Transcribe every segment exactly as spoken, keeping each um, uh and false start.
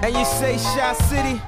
And you say Shot City?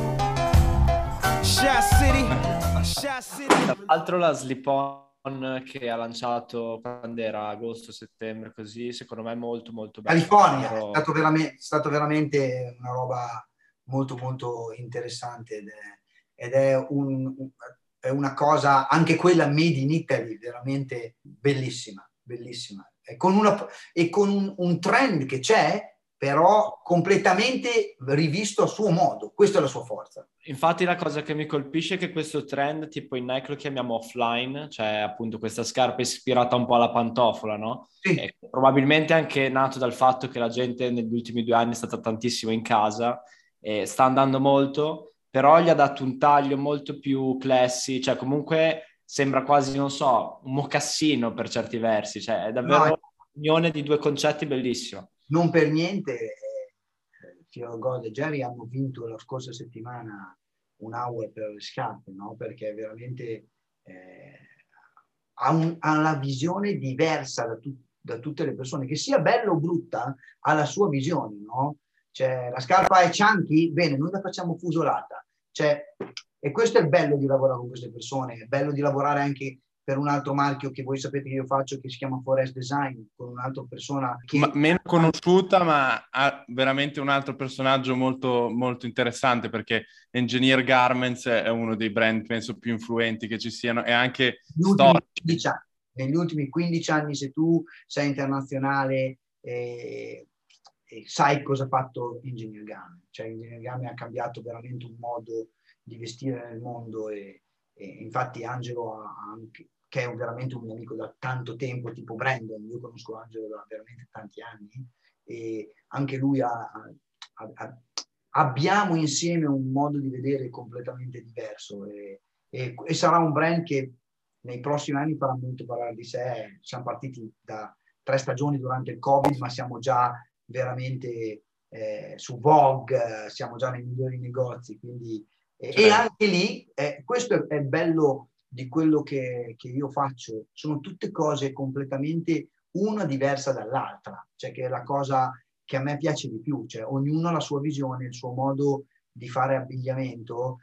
Shot City? Shot City? Tra l'altro la Slip-On che ha lanciato quando era agosto, settembre, così, secondo me è molto molto bello. California, Però... è stato veramente, è stato veramente una roba molto molto interessante ed è, ed è, un, è una cosa, anche quella made in Italy, veramente bellissima, bellissima. E con, una, e con un, un trend che c'è, però completamente rivisto a suo modo. Questa è la sua forza. Infatti la cosa che mi colpisce è che questo trend, tipo in Nike lo chiamiamo offline, cioè appunto questa scarpa ispirata un po' alla pantofola, no? Sì. E probabilmente anche nato dal fatto che la gente negli ultimi due anni è stata tantissimo in casa e sta andando molto, però gli ha dato un taglio molto più classy, cioè comunque sembra quasi, non so, un mocassino per certi versi, cioè è davvero No, un'unione di due concetti bellissima. non per niente eh, Fior God e Jerry hanno vinto la scorsa settimana un hour per le scarpe, no? Perché veramente eh, ha, un, ha una visione diversa da, tu, da tutte le persone, che sia bella o brutta, ha la sua visione, no? Cioè, la scarpa è chunky, bene, noi la facciamo fusolata. Cioè, e questo è il bello di lavorare con queste persone, è bello di lavorare anche per un altro marchio che voi sapete che io faccio, che si chiama Forest Design, con un'altra persona che... Ma, meno conosciuta, ma ha veramente un altro personaggio molto, molto interessante, perché Engineer Garments è uno dei brand, penso, più influenti che ci siano, e anche storici. Negli ultimi quindici anni, se tu sei internazionale, eh, eh, sai cosa ha fatto Engineer Garments. Cioè, Engineer Garments ha cambiato veramente un modo di vestire nel mondo e, e infatti Angelo ha anche, che è veramente un mio amico da tanto tempo, tipo Brandon, io conosco Angelo da veramente tanti anni, e anche lui ha, ha, ha abbiamo insieme un modo di vedere completamente diverso e, e, e sarà un brand che nei prossimi anni farà molto parlare di sé. Siamo partiti da tre stagioni durante il Covid, ma siamo già veramente eh, su Vogue, siamo già nei migliori negozi, quindi eh, e anche lì, eh, questo è il bello di quello che, che io faccio, sono tutte cose completamente una diversa dall'altra, cioè che è la cosa che a me piace di più, cioè ognuno ha la sua visione, il suo modo di fare abbigliamento,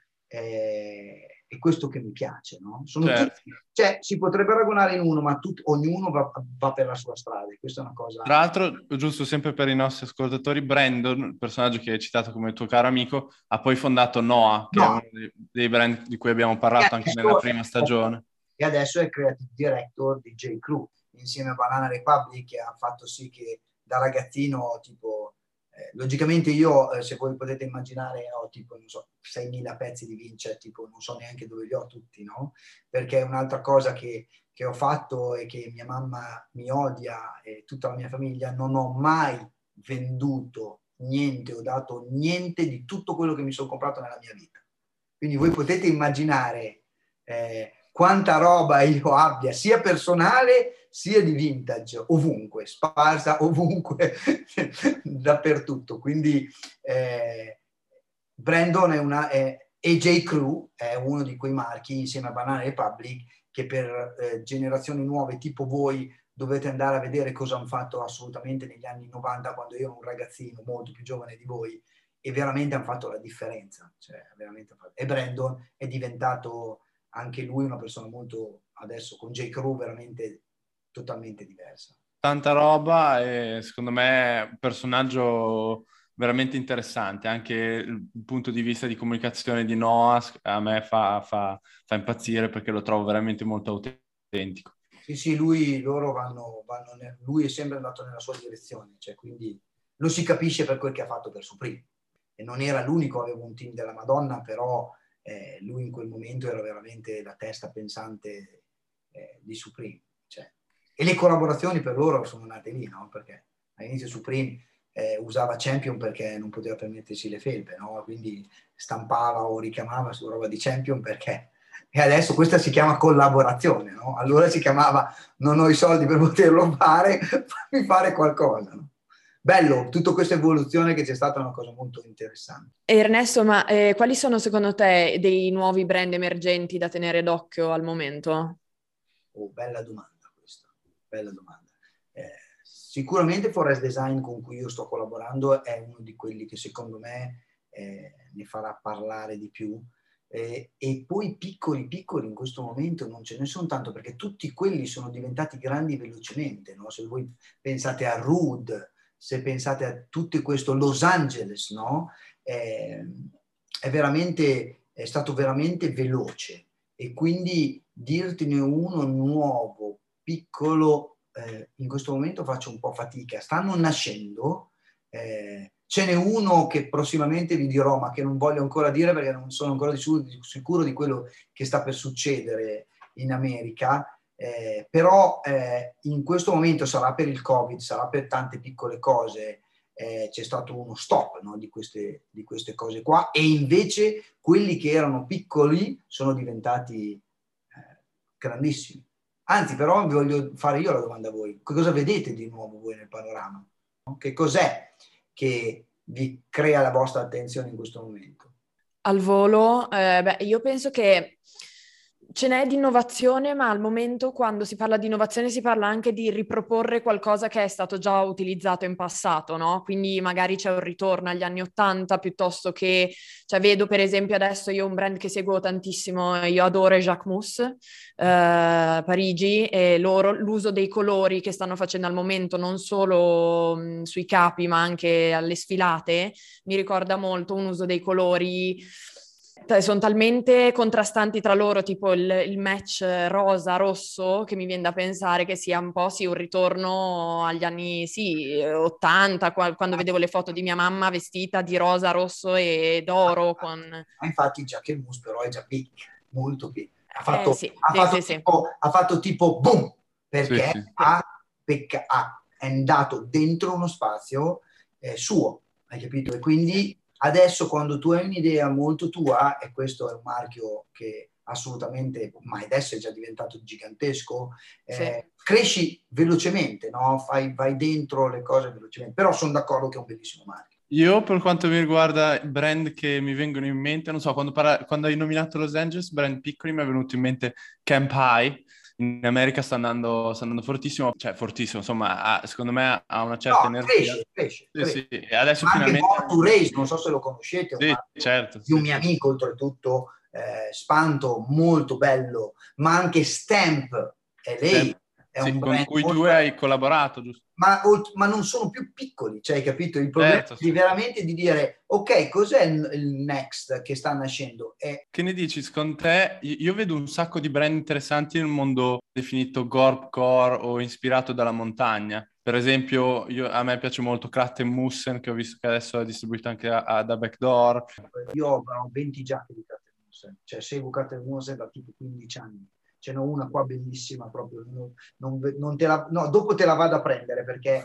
eh, è questo che mi piace, no? Sono certo. tutti, cioè si potrebbe ragionare in uno, ma tut, ognuno va, va per la sua strada, e questa è una cosa... Tra l'altro, giusto sempre per i nostri ascoltatori, Brandon, il personaggio che hai citato come tuo caro amico, ha poi fondato Noah, che no. è uno dei, dei brand di cui abbiamo parlato anche nella prima stagione. E adesso è creative director di J. Crew, insieme a Banana Republic, che ha fatto sì che da ragazzino, tipo, eh, logicamente io, eh, se voi potete immaginare, ho tipo, non so, seimila pezzi di Vince, tipo, non so neanche dove li ho tutti, no? Perché è un'altra cosa che, che ho fatto e che mia mamma mi odia e tutta la mia famiglia, non ho mai venduto niente, ho dato niente di tutto quello che mi sono comprato nella mia vita. Quindi voi potete immaginare eh, quanta roba io abbia, sia personale sia di vintage, ovunque, sparsa ovunque, dappertutto. Quindi eh, Brandon è una... È, e J. Crew è uno di quei marchi, insieme a Banana Republic, che per eh, generazioni nuove tipo voi dovete andare a vedere cosa hanno fatto assolutamente negli anni novanta, quando io ero un ragazzino molto più giovane di voi, e veramente hanno fatto la differenza. Cioè, veramente... E Brandon è diventato anche lui una persona molto, adesso con J. Crew, veramente totalmente diversa. Tanta roba e secondo me è un personaggio veramente interessante. Anche il punto di vista di comunicazione di Noah a me fa, fa, fa impazzire, perché lo trovo veramente molto autentico. Sì, sì, lui, loro vanno, vanno nel, lui è sempre andato nella sua direzione, cioè, quindi lo si capisce per quel che ha fatto per Supreme. E non era l'unico, aveva un team della Madonna, però eh, lui in quel momento era veramente la testa pensante eh, di Supreme. Cioè. E le collaborazioni per loro sono nate lì, no? Perché all'inizio Supreme eh, usava Champion perché non poteva permettersi le felpe, no? Quindi stampava o richiamava su roba di Champion perché... E adesso questa si chiama collaborazione, no? Allora si chiamava non ho i soldi per poterlo fare, fammi fare qualcosa, no? Bello, tutta questa evoluzione che c'è stata è una cosa molto interessante. Ernesto, ma eh, quali sono secondo te dei nuovi brand emergenti da tenere d'occhio al momento? Oh, bella domanda questa, bella domanda. Eh, sicuramente Forest Design, con cui io sto collaborando, è uno di quelli che secondo me eh, ne farà parlare di più. Eh, e poi piccoli piccoli in questo momento non ce ne sono tanto, perché tutti quelli sono diventati grandi velocemente, no? Se voi pensate a Rude, se pensate a tutto questo Los Angeles, no? Eh, è veramente, è stato veramente veloce, e quindi dirtene uno nuovo, piccolo, eh, in questo momento faccio un po' fatica. Stanno nascendo, eh, ce n'è uno che prossimamente vi dirò, ma che non voglio ancora dire perché non sono ancora di su, di, sicuro di quello che sta per succedere in America, eh, però eh, in questo momento sarà per il Covid, sarà per tante piccole cose, eh, c'è stato uno stop, no, di, queste, di queste cose qua, e invece quelli che erano piccoli sono diventati eh, grandissimi. Anzi, però vi voglio fare io la domanda a voi: che cosa vedete di nuovo voi nel panorama? No? Che cos'è che vi crea la vostra attenzione in questo momento? Al volo, eh, beh, io penso che ce n'è di innovazione, ma al momento, quando si parla di innovazione, si parla anche di riproporre qualcosa che è stato già utilizzato in passato, no? Quindi magari c'è un ritorno agli anni Ottanta, piuttosto che, cioè vedo per esempio adesso io un brand che seguo tantissimo, io adoro Jacquemus, eh, Parigi, e loro l'uso dei colori che stanno facendo al momento, non solo mh, sui capi, ma anche alle sfilate, mi ricorda molto un uso dei colori. Sono talmente contrastanti tra loro, tipo il, il match rosa-rosso, che mi viene da pensare che sia un po' sì un ritorno agli anni sì, ottanta, qua- quando vedevo le foto di mia mamma vestita di rosa, rosso e d'oro con... Ma infatti Jacquemus però è già big, molto big. Ha Eh fatto, sì, ha sì, fatto, sì, sì. tipo, ha fatto tipo boom, perché Sì, sì. ha, pecca- ha- è andato dentro uno spazio eh, suo, hai capito? E quindi adesso, quando tu hai un'idea molto tua, e questo è un marchio che assolutamente, ma adesso è già diventato gigantesco, eh, Sì. cresci velocemente, no? Fai, vai dentro le cose velocemente, però sono d'accordo che è un bellissimo marchio. Io, per quanto mi riguarda brand che mi vengono in mente, non so, quando, parla- quando hai nominato Los Angeles, brand piccoli, mi è venuto in mente Camp High. In America sta andando, sta andando fortissimo, cioè fortissimo, insomma, ha- secondo me ha una certa No, energia. cresce, cresce, Sì, cresce. sì, e adesso Ma anche finalmente... Born to Race, non so se lo conoscete, è un Sì, marchio certo, di un sì, mio sì. amico, oltretutto, eh, Spanto, molto bello, ma anche Stamp, è lei, Stamp- è sì, un con brand cui tu molto... hai collaborato, giusto? Ma, olt- ma non sono più piccoli, cioè, hai capito? Il problema Certo, è di sì. veramente di dire, ok, cos'è il, il next che sta nascendo? È Che ne dici, secondo te? Io io vedo un sacco di brand interessanti nel mondo definito Gorpcore o ispirato dalla montagna. Per esempio, io- a me piace molto Kratt and Mussen, che ho visto che adesso è distribuito anche a- a- da Backdoor. io ho ho venti giacche di Cattelmusen, cioè seguo Cattelmusen da tipo quindici anni. Ce n'è una qua bellissima proprio, non, non, non te la, no, dopo te la vado a prendere, perché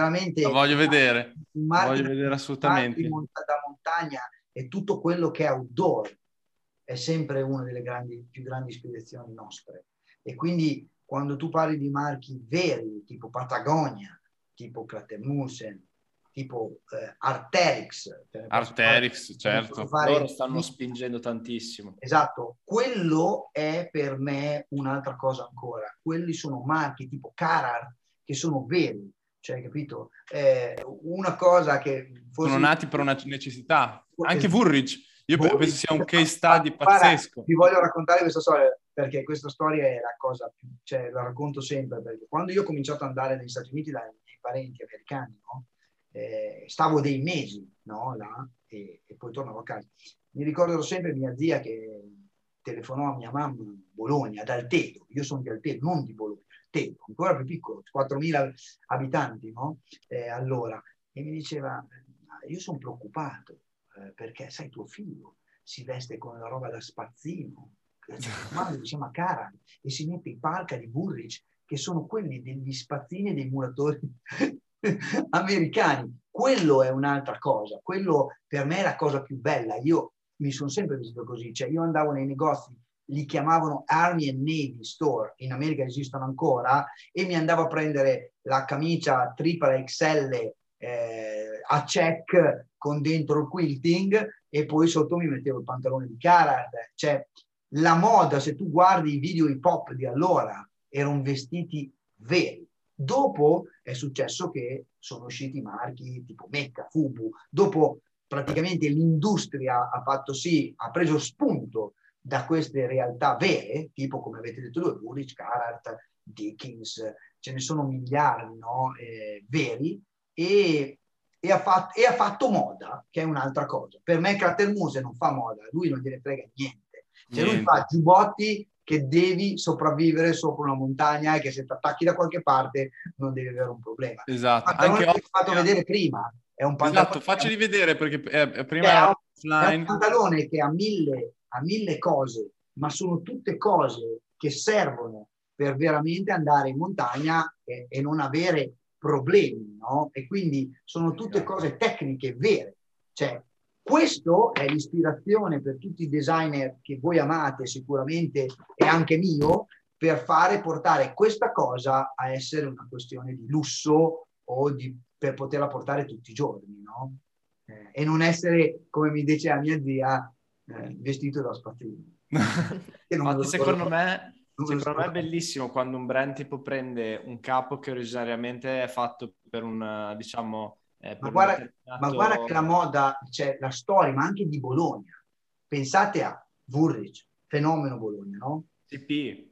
La veramente voglio vedere, un la marchio, voglio vedere un marchio di assolutamente. monta- da montagna e tutto quello che è outdoor è sempre una delle grandi, più grandi ispirazioni nostre. E quindi quando tu parli di marchi veri, tipo Patagonia, tipo Cattelmusen, tipo eh, Arterix, te ne posso fare, Arterix, te ne posso certo. Loro fare stanno spingendo tantissimo. esatto, quello è per me un'altra cosa ancora. Quelli sono marchi tipo Carhartt che sono veri, cioè, capito? Eh, una cosa che Sono forse... nati per una necessità. Anche Esatto. Woolrich, io pe- Voi- penso sia un case study Guarda, pazzesco. vi voglio raccontare questa storia, perché questa storia è la cosa più, cioè la racconto sempre, perché quando io ho cominciato ad andare negli Stati Uniti dai miei parenti americani, no? Eh, stavo dei mesi, no? Là, e, e poi tornavo a casa. Mi ricordo sempre mia zia che telefonò a mia mamma a Bologna, ad Altedo, io sono di Altedo, non di Bologna, Altedo, ancora più piccolo, quattromila abitanti, no? Eh, allora, e mi diceva, io sono preoccupato, eh, perché sai, tuo figlio si veste con la roba da spazzino, si chiama Cara, e si mette in parca di Burrich, che sono quelli degli spazzini e dei muratori americani. Quello è un'altra cosa, quello per me è la cosa più bella. Io mi sono sempre vestito così, cioè io andavo nei negozi, li chiamavano Army and Navy Store, in America esistono ancora, e mi andavo a prendere la camicia tripla X L eh, a check con dentro il quilting, e poi sotto mi mettevo il pantalone di Carhartt. Cioè la moda, se tu guardi i video hip hop di allora, erano vestiti veri. Dopo è successo che sono usciti marchi tipo Mecca, Fubu, dopo praticamente l'industria ha fatto sì, ha preso spunto da queste realtà vere, tipo come avete detto voi, Woolrich, Carhartt, Dickens, ce ne sono miliardi, no? eh, veri, e, e, ha fatto, e ha fatto moda, che è un'altra cosa. Per me Cratermuse non fa moda, lui non gliene frega niente. Cioè Niente. lui fa giubbotti che devi sopravvivere sopra una montagna e che se ti attacchi da qualche parte non devi avere un problema. Esatto. Il pantalone Anche che vi ho fatto vedere prima è un pantalone... Esatto, facceli vedere perché eh, prima È era un, è offline. un pantalone che ha mille, ha mille cose, ma sono tutte cose che servono per veramente andare in montagna e, e non avere problemi, no? E quindi sono tutte cose tecniche vere. Cioè, questo è l'ispirazione per tutti i designer che voi amate sicuramente, e anche mio, per fare portare questa cosa a essere una questione di lusso o di, per poterla portare tutti i giorni, no? Eh, e non essere, come mi dice la mia zia, eh, vestito da spazzino. Infatti, secondo me, non secondo me è bellissimo quando un brand tipo prende un capo che originariamente è fatto per un, diciamo, eh, per ma, un guarda, determinato... ma guarda che la moda, c'è la storia, ma anche di Bologna. Pensate a Woolrich, fenomeno Bologna, no? C P.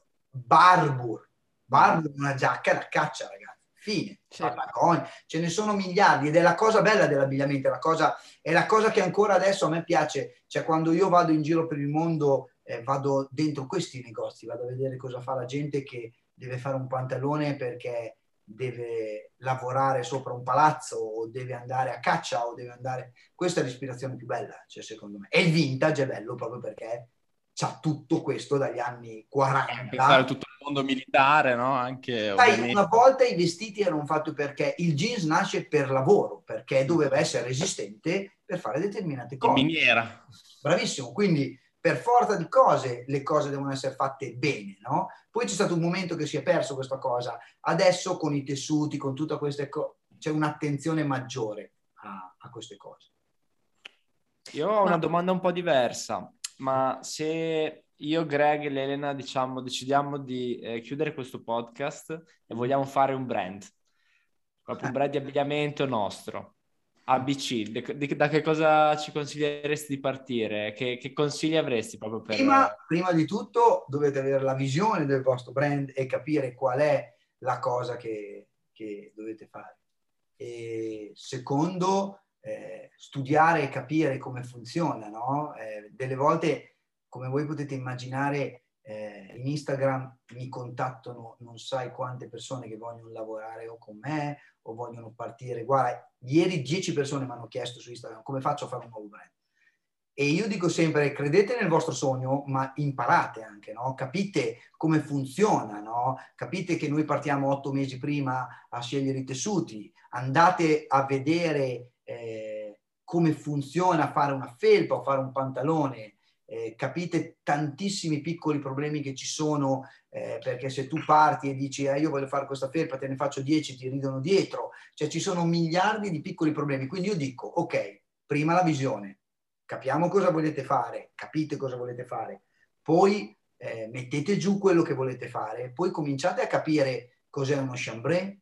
Barbour, Barbour è una giacca da caccia, ragazzi. Fine. Sì. Patagonia, ce ne sono miliardi ed è la cosa bella dell'abbigliamento, è la cosa, è la cosa che ancora adesso a me piace. Cioè, quando io vado in giro per il mondo, eh, vado dentro questi negozi, vado a vedere cosa fa la gente che deve fare un pantalone perché deve lavorare sopra un palazzo o deve andare a caccia o deve andare... Questa è l'ispirazione più bella, cioè, secondo me. E il vintage è bello proprio perché c'ha tutto questo dagli anni quaranta. Pensare a tutto il mondo militare, no? Anche Sai, ovviamente. una volta i vestiti erano fatti perché il jeans nasce per lavoro, perché doveva essere resistente per fare determinate In cose. miniera. Bravissimo, quindi per forza di cose le cose devono essere fatte bene, no? Poi c'è stato un momento che si è perso questa cosa. Adesso con i tessuti, con tutte queste cose, c'è un'attenzione maggiore a, a queste cose. Io ho Ma- una domanda un po' diversa, ma se io, Greg e Elena, diciamo, decidiamo di eh, chiudere questo podcast e vogliamo fare un brand, proprio un brand di abbigliamento nostro, A B C, de- di- da che cosa ci consiglieresti di partire? Che, che consigli avresti proprio per... Prima, prima di tutto dovete avere la visione del vostro brand e capire qual è la cosa che, che dovete fare. E secondo, eh, studiare e capire come funziona, no? Eh, delle volte, come voi potete immaginare, eh, in Instagram mi contattano non sai quante persone che vogliono lavorare o con me o vogliono partire. Guarda, ieri dieci persone mi hanno chiesto su Instagram come faccio a fare un nuovo brand. E io dico sempre, credete nel vostro sogno, ma imparate anche, no? Capite come funziona, no? Capite che noi partiamo otto mesi prima a scegliere i tessuti, andate a vedere eh, come funziona fare una felpa o fare un pantalone, eh, capite tantissimi piccoli problemi che ci sono, eh, perché se tu parti e dici eh, io voglio fare questa felpa, te ne faccio dieci, ti ridono dietro, cioè ci sono miliardi di piccoli problemi. Quindi io dico, ok, prima la visione. Capiamo cosa volete fare, capite cosa volete fare, poi eh, mettete giù quello che volete fare, poi cominciate a capire cos'è uno chambray,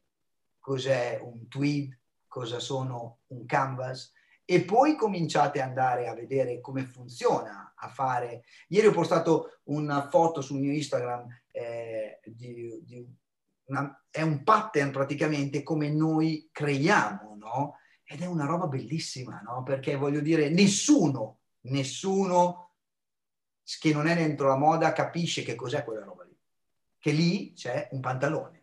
cos'è un tweed, cosa sono un canvas e poi cominciate ad andare a vedere come funziona a fare. Ieri ho postato una foto sul mio Instagram eh, di, di una, è un pattern praticamente come noi creiamo, no? Ed è una roba bellissima, no? Perché voglio dire, nessuno, nessuno che non è dentro la moda capisce che cos'è quella roba lì. Che lì c'è un pantalone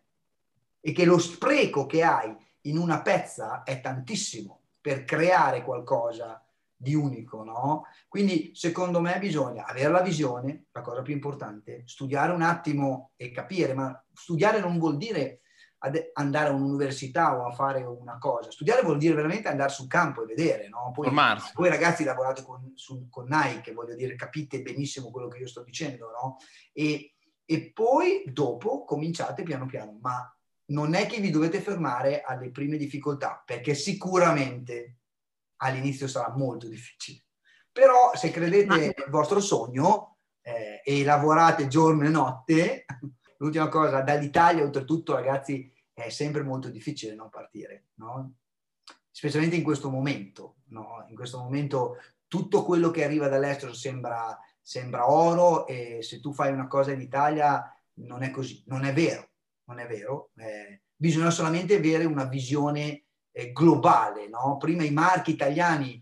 e che lo spreco che hai in una pezza è tantissimo per creare qualcosa di unico, no? Quindi secondo me bisogna avere la visione, la cosa più importante, studiare un attimo e capire, ma studiare non vuol dire andare a un'università o a fare una cosa. Studiare vuol dire veramente andare sul campo e vedere, no? Poi, Formarsi. voi ragazzi lavorate con, su, con Nike, voglio dire, capite benissimo quello che io sto dicendo, no? E, e poi dopo cominciate piano piano, ma non è che vi dovete fermare alle prime difficoltà, perché sicuramente all'inizio sarà molto difficile. Però se credete nel vostro sogno eh, e lavorate giorno e notte, l'ultima cosa, dall'Italia oltretutto ragazzi è sempre molto difficile non partire, no? specialmente in questo momento, no? In questo momento tutto quello che arriva dall'estero sembra, sembra oro, e se tu fai una cosa in Italia non è così, non è vero, non è vero. Eh, bisogna solamente avere una visione eh, globale, no? Prima i marchi italiani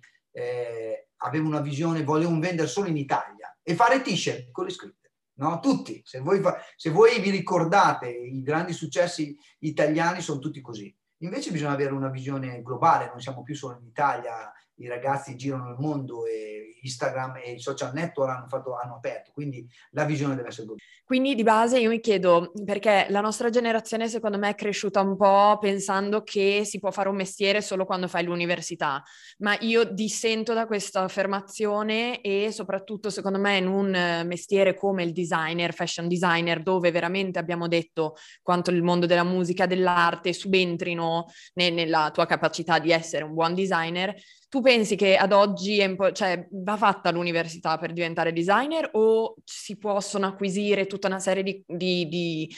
eh, avevano una visione, volevano vendere solo in Italia e fare t-shirt con le scritte, no? Tutti, se voi, fa, se voi vi ricordate i grandi successi italiani sono tutti così. Invece bisogna avere una visione globale, non siamo più solo in Italia, i ragazzi girano il mondo e Instagram e i social network hanno, fatto, hanno aperto, quindi la visione deve essere globale. Quindi di base io mi chiedo, perché la nostra generazione secondo me è cresciuta un po' pensando che si può fare un mestiere solo quando fai l'università, ma io dissento da questa affermazione, e soprattutto secondo me in un mestiere come il designer, fashion designer, dove veramente abbiamo detto quanto il mondo della musica, dell'arte subentrino ne- nella tua capacità di essere un buon designer. Tu pensi che ad oggi è impo- cioè, va fatta l'università per diventare designer, o si possono acquisire tutta una serie di, di, di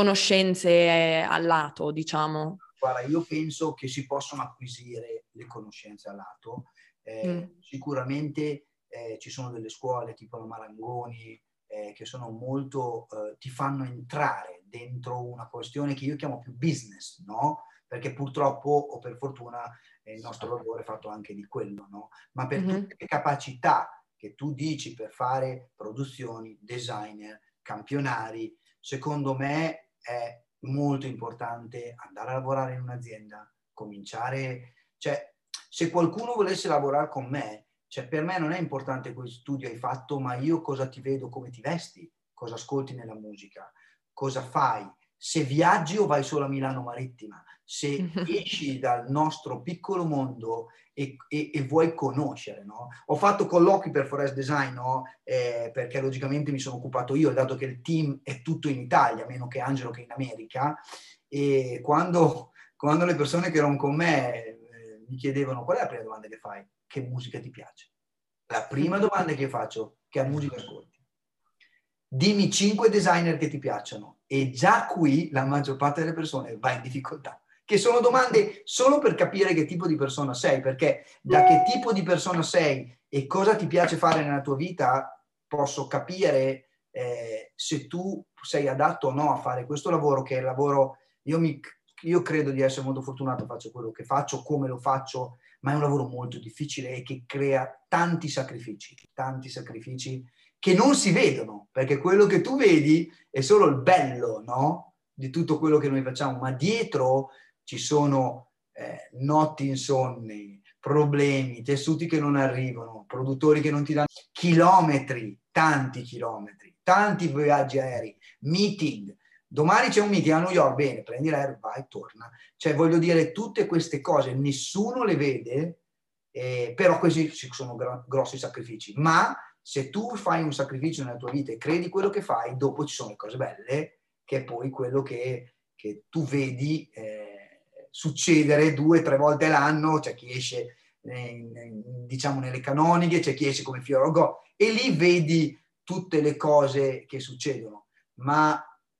conoscenze al lato, diciamo? Guarda, io penso che si possono acquisire le conoscenze al lato. Eh, Mm. Sicuramente eh, ci sono delle scuole tipo la Marangoni eh, che sono molto, eh, ti fanno entrare dentro una questione che io chiamo più business, no? Perché purtroppo o per fortuna eh, il nostro lavoro è fatto anche di quello, no? Ma per Mm-hmm. tutte le capacità che tu dici per fare produzioni, designer, campionari, secondo me è molto importante andare a lavorare in un'azienda, cominciare, cioè se qualcuno volesse lavorare con me, cioè per me non è importante quel studio hai fatto, ma io cosa ti vedo, come ti vesti, cosa ascolti nella musica, cosa fai, se viaggi o vai solo a Milano Marittima, se esci dal nostro piccolo mondo e, e, e vuoi conoscere, no? Ho fatto colloqui per Forest Design, no? Eh, perché logicamente mi sono occupato io, dato che il team è tutto in Italia, meno che Angelo che è in America, e quando, quando le persone che erano con me eh, mi chiedevano qual è la prima domanda che fai? Che musica ti piace? La prima domanda che faccio, che musica ascolti? Dimmi cinque designer che ti piacciono, e già qui la maggior parte delle persone va in difficoltà, che sono domande solo per capire che tipo di persona sei, perché da che tipo di persona sei e cosa ti piace fare nella tua vita posso capire eh, se tu sei adatto o no a fare questo lavoro, che è il lavoro, io, mi, io credo di essere molto fortunato, faccio quello che faccio, come lo faccio, ma è un lavoro molto difficile e che crea tanti sacrifici, tanti sacrifici che non si vedono, perché quello che tu vedi è solo il bello, no? Di tutto quello che noi facciamo, ma dietro ci sono eh, notti insonni, problemi, tessuti che non arrivano, produttori che non ti danno, chilometri, tanti chilometri, tanti viaggi aerei, meeting. Domani c'è un meeting a New York, bene, prendi l'aereo, vai, torna. Cioè, voglio dire, tutte queste cose nessuno le vede, eh, però questi sono gro- grossi sacrifici. Ma se tu fai un sacrificio nella tua vita e credi quello che fai, dopo ci sono le cose belle, che è poi quello che, che tu vedi eh, succedere due o tre volte l'anno. C'è chi esce in, in, diciamo nelle canoniche, c'è chi esce come Fiore Go, e lì vedi tutte le cose che succedono. Ma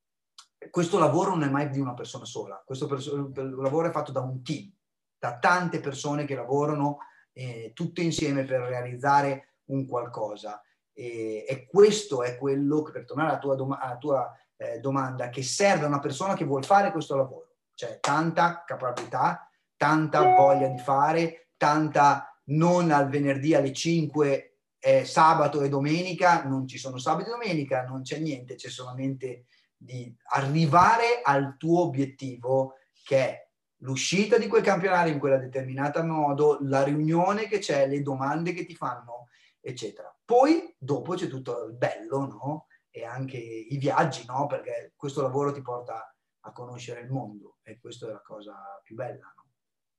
questo lavoro non è mai di una persona sola, questo perso- lavoro è fatto da un team, da tante persone che lavorano eh, tutte insieme per realizzare un qualcosa, e, e questo è quello che, per tornare alla tua, dom- alla tua eh, domanda, che serve a una persona che vuole fare questo lavoro, cioè tanta capacità, tanta voglia di fare, tanta non al venerdì alle cinque, eh, sabato e domenica, non ci sono sabato e domenica, non c'è niente, c'è solamente di arrivare al tuo obiettivo, che è l'uscita di quel campionato in quella determinata modo, la riunione che c'è, le domande che ti fanno, eccetera. Poi dopo c'è tutto il bello, no? E anche i viaggi, no? Perché questo lavoro ti porta a conoscere il mondo e questa è la cosa più bella, no?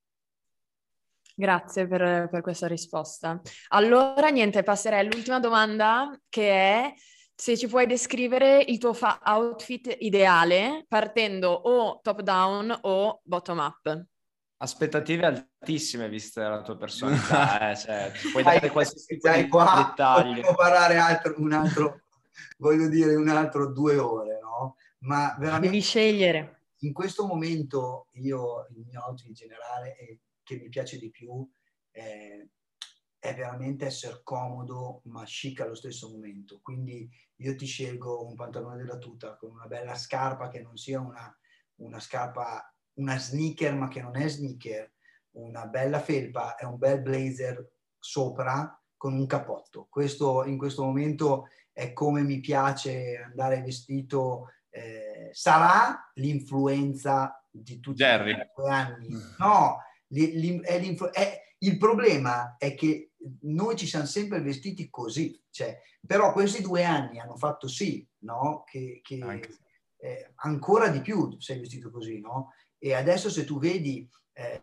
Grazie per, per questa risposta. Allora, niente, passerei all'ultima domanda, che è se ci puoi descrivere il tuo fa- outfit ideale partendo o top down o bottom up. Aspettative altissime vista la tua personalità, eh? Cioè, ci puoi Dai, dare qualsiasi tipo dai di qua, dettaglio. potremmo parlare altro, un altro, voglio dire, un altro due ore, no? Ma veramente Devi scegliere. in questo momento io, il mio outfit generale è che mi piace di più eh, è veramente essere comodo ma chic allo stesso momento. Quindi io ti scelgo un pantalone della tuta con una bella scarpa che non sia una, una scarpa, una sneaker ma che non è sneaker, una bella felpa e un bel blazer sopra con un cappotto. Questo in questo momento è come mi piace andare vestito. Eh, sarà l'influenza di tutti Jerry. i due anni. No, li, li, è è, il problema è che noi ci siamo sempre vestiti così, cioè, però questi due anni hanno fatto sì, no? Che, che eh, ancora di più sei vestito così, no? E adesso se tu vedi, eh,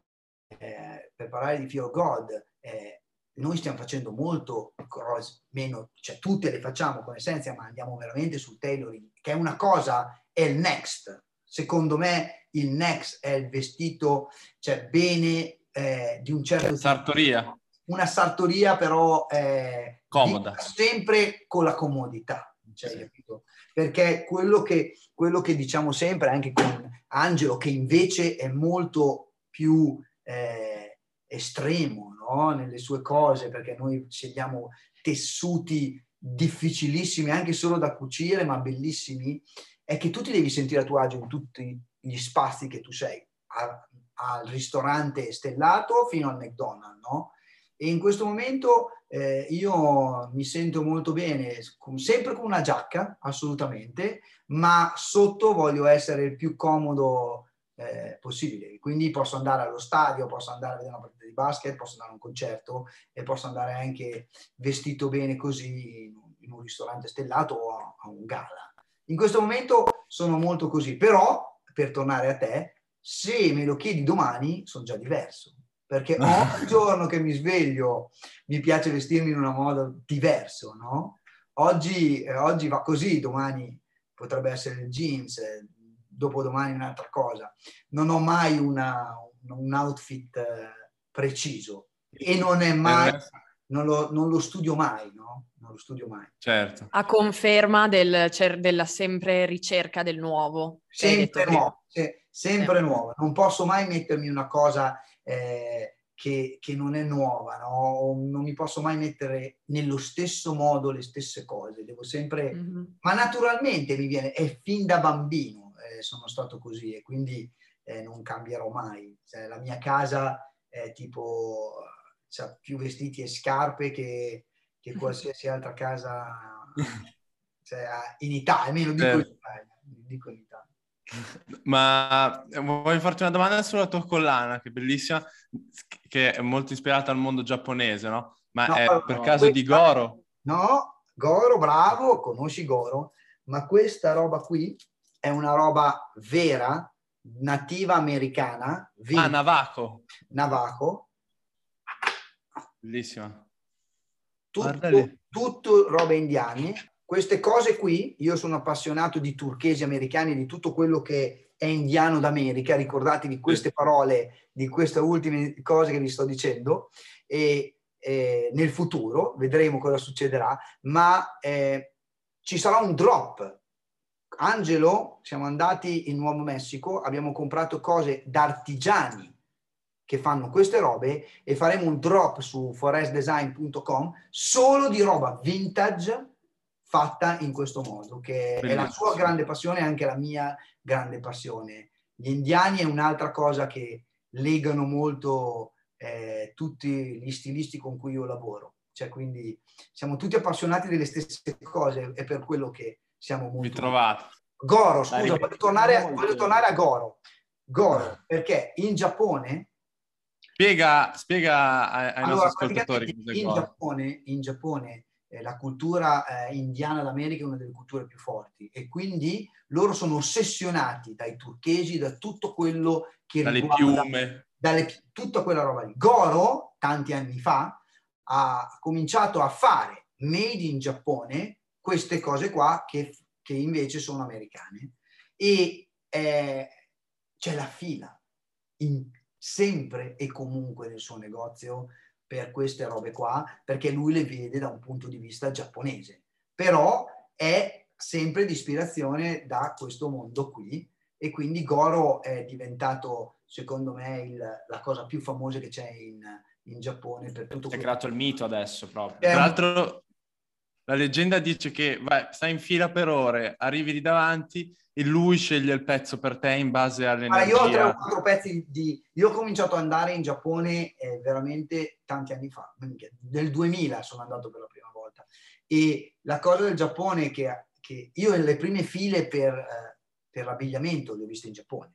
eh, per parlare di Fear of God, eh, noi stiamo facendo molto cose, meno, cioè tutte le facciamo con Essentia, ma andiamo veramente sul tailoring, che è una cosa, è il next. Secondo me il next è il vestito, cioè bene, eh, di un certo sartoria. Tipo, una sartoria però eh, comoda, sempre con la comodità, cioè, sì. Capito? Perché quello che, quello che diciamo sempre anche con Angelo, che invece è molto più eh, estremo, no? Nelle sue cose, perché noi scegliamo tessuti difficilissimi anche solo da cucire, ma bellissimi, è che tu ti devi sentire a tuo agio in tutti gli spazi che tu sei, a, al ristorante stellato fino al McDonald's, no? E in questo momento eh, io mi sento molto bene, con, sempre con una giacca, assolutamente, ma sotto voglio essere il più comodo eh, possibile. Quindi posso andare allo stadio, posso andare a vedere una partita di basket, posso andare a un concerto e posso andare anche vestito bene così in, in un ristorante stellato o a, a un gala. In questo momento sono molto così, però per tornare a te, se me lo chiedi domani sono già diverso. Perché ogni giorno che mi sveglio mi piace vestirmi in un modo diverso, no? Oggi, eh, oggi va così, domani potrebbe essere il jeans, eh, dopodomani un'altra cosa. Non ho mai una, un, un outfit eh, preciso e non è mai, non lo, non lo studio mai, no? Non lo studio mai. Certo. A conferma del, della sempre ricerca del nuovo. Sempre nuovo, se, sempre eh. nuovo. Non posso mai mettermi una cosa eh, che, che non è nuova, no? Non mi posso mai mettere nello stesso modo le stesse cose. Devo sempre... Mm-hmm. Ma naturalmente mi viene, è fin da bambino eh, sono stato così e quindi eh, non cambierò mai. Cioè, la mia casa è tipo... c'ha più vestiti e scarpe che, che qualsiasi altra casa cioè, in Italia, almeno dico in Italia. Dico in Italia. Ma voglio farti una domanda sulla tua collana, che è bellissima, che è molto ispirata al mondo giapponese, no? Ma no, è allora, per caso questa, di Goro? No, Goro, bravo, conosci Goro, ma questa roba qui è una roba vera, nativa americana. Ah, Navajo. Navajo. Bellissima. Tutto, tutto robe indiane. Queste cose qui, io sono appassionato di turchesi americani, di tutto quello che è indiano d'America, ricordatevi queste parole, di queste ultime cose che vi sto dicendo, e eh, nel futuro vedremo cosa succederà, ma eh, ci sarà un drop. Angelo, siamo andati in Nuovo Messico, abbiamo comprato cose da artigiani che fanno queste robe e faremo un drop su forest design punto com solo di roba vintage fatta in questo modo, che Bellissimo. È la sua grande passione e anche la mia grande passione. Gli indiani è un'altra cosa che legano molto eh, tutti gli stilisti con cui io lavoro, cioè quindi siamo tutti appassionati delle stesse cose, è per quello che siamo molto... Mi trovate. Goro, scusa, voglio tornare, voglio tornare a Goro. Goro, perché in Giappone... Spiega, spiega ai, ai allora, nostri ascoltatori. In Giappone, in Giappone eh, la cultura eh, indiana d'America è una delle culture più forti e quindi loro sono ossessionati dai turchesi, da tutto quello che dalle riguarda... piume. Dalle, tutta quella roba lì. Goro, tanti anni fa, ha cominciato a fare made in Giappone queste cose qua che, che invece sono americane. E eh, c'è la fila in sempre e comunque nel suo negozio per queste robe qua, perché lui le vede da un punto di vista giapponese, però è sempre di ispirazione da questo mondo qui e quindi Goro è diventato, secondo me, il, la cosa più famosa che c'è in, in Giappone. Per tutto si è quello. creato il mito adesso proprio. È Tra un- l'altro la leggenda dice che vai, stai in fila per ore, arrivi lì davanti e lui sceglie il pezzo per te in base Guarda, io ho tre o all'energia. quattro pezzi di... Io ho cominciato ad andare in Giappone eh, veramente tanti anni fa, nel duemila sono andato per la prima volta. E la cosa del Giappone è che, che io le prime file per, eh, per l'abbigliamento le ho viste in Giappone.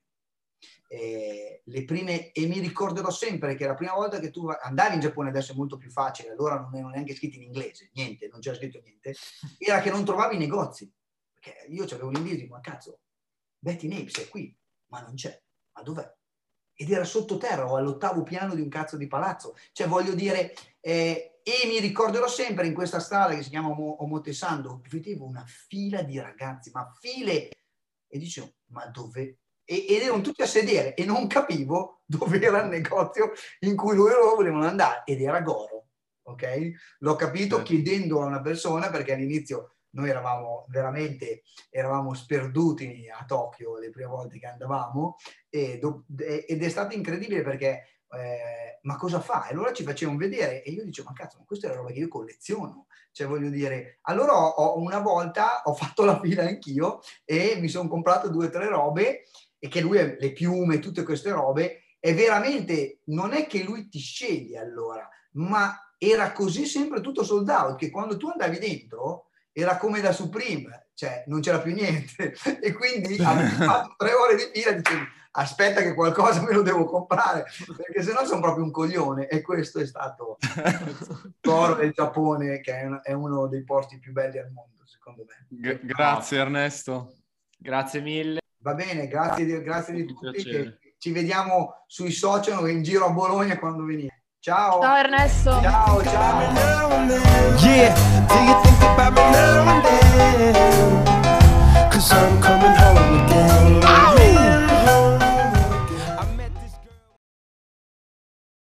Eh, le prime, e mi ricorderò sempre che la prima volta che tu andavi in Giappone, adesso è molto più facile, allora non erano neanche scritti in inglese, niente, non c'era scritto niente, era che non trovavi i negozi. Perché io c'avevo l'inglese, ma cazzo, Betty Napes è qui, ma non c'è, ma dov'è? Ed era sottoterra o all'ottavo piano di un cazzo di palazzo, cioè voglio dire, eh, e mi ricorderò sempre in questa strada che si chiama Omotesando, vedevo una fila di ragazzi, ma file, e dicevo, ma dove? E, ed erano tutti a sedere e non capivo dove era il negozio in cui loro volevano andare, ed era Goro, ok? L'ho capito Certo. chiedendo a una persona, perché all'inizio noi eravamo veramente eravamo sperduti a Tokyo le prime volte che andavamo e do, ed è stato incredibile perché eh, ma cosa fa? E allora ci facevano vedere e io dicevo ma cazzo, ma questa è la roba che io colleziono, cioè voglio dire, allora ho, ho, una volta ho fatto la fila anch'io e mi sono comprato due o tre robe e che lui è, le piume, tutte queste robe, e veramente non è che lui ti sceglie allora, ma era così sempre tutto sold out che quando tu andavi dentro era come da Supreme, cioè non c'era più niente e quindi avevi fatto tre ore di fila e dicevi aspetta che qualcosa me lo devo comprare perché sennò sono proprio un coglione, e questo è stato Goro del Giappone, che è, un, è uno dei posti più belli al mondo secondo me. G- grazie Ernesto. Grazie mille. Va bene, grazie di, grazie di Un tutti, piacere. che ci vediamo sui social in giro a Bologna quando venite. Ciao! Ciao Ernesto! Ciao, ciao! Yeah, do you think about me now?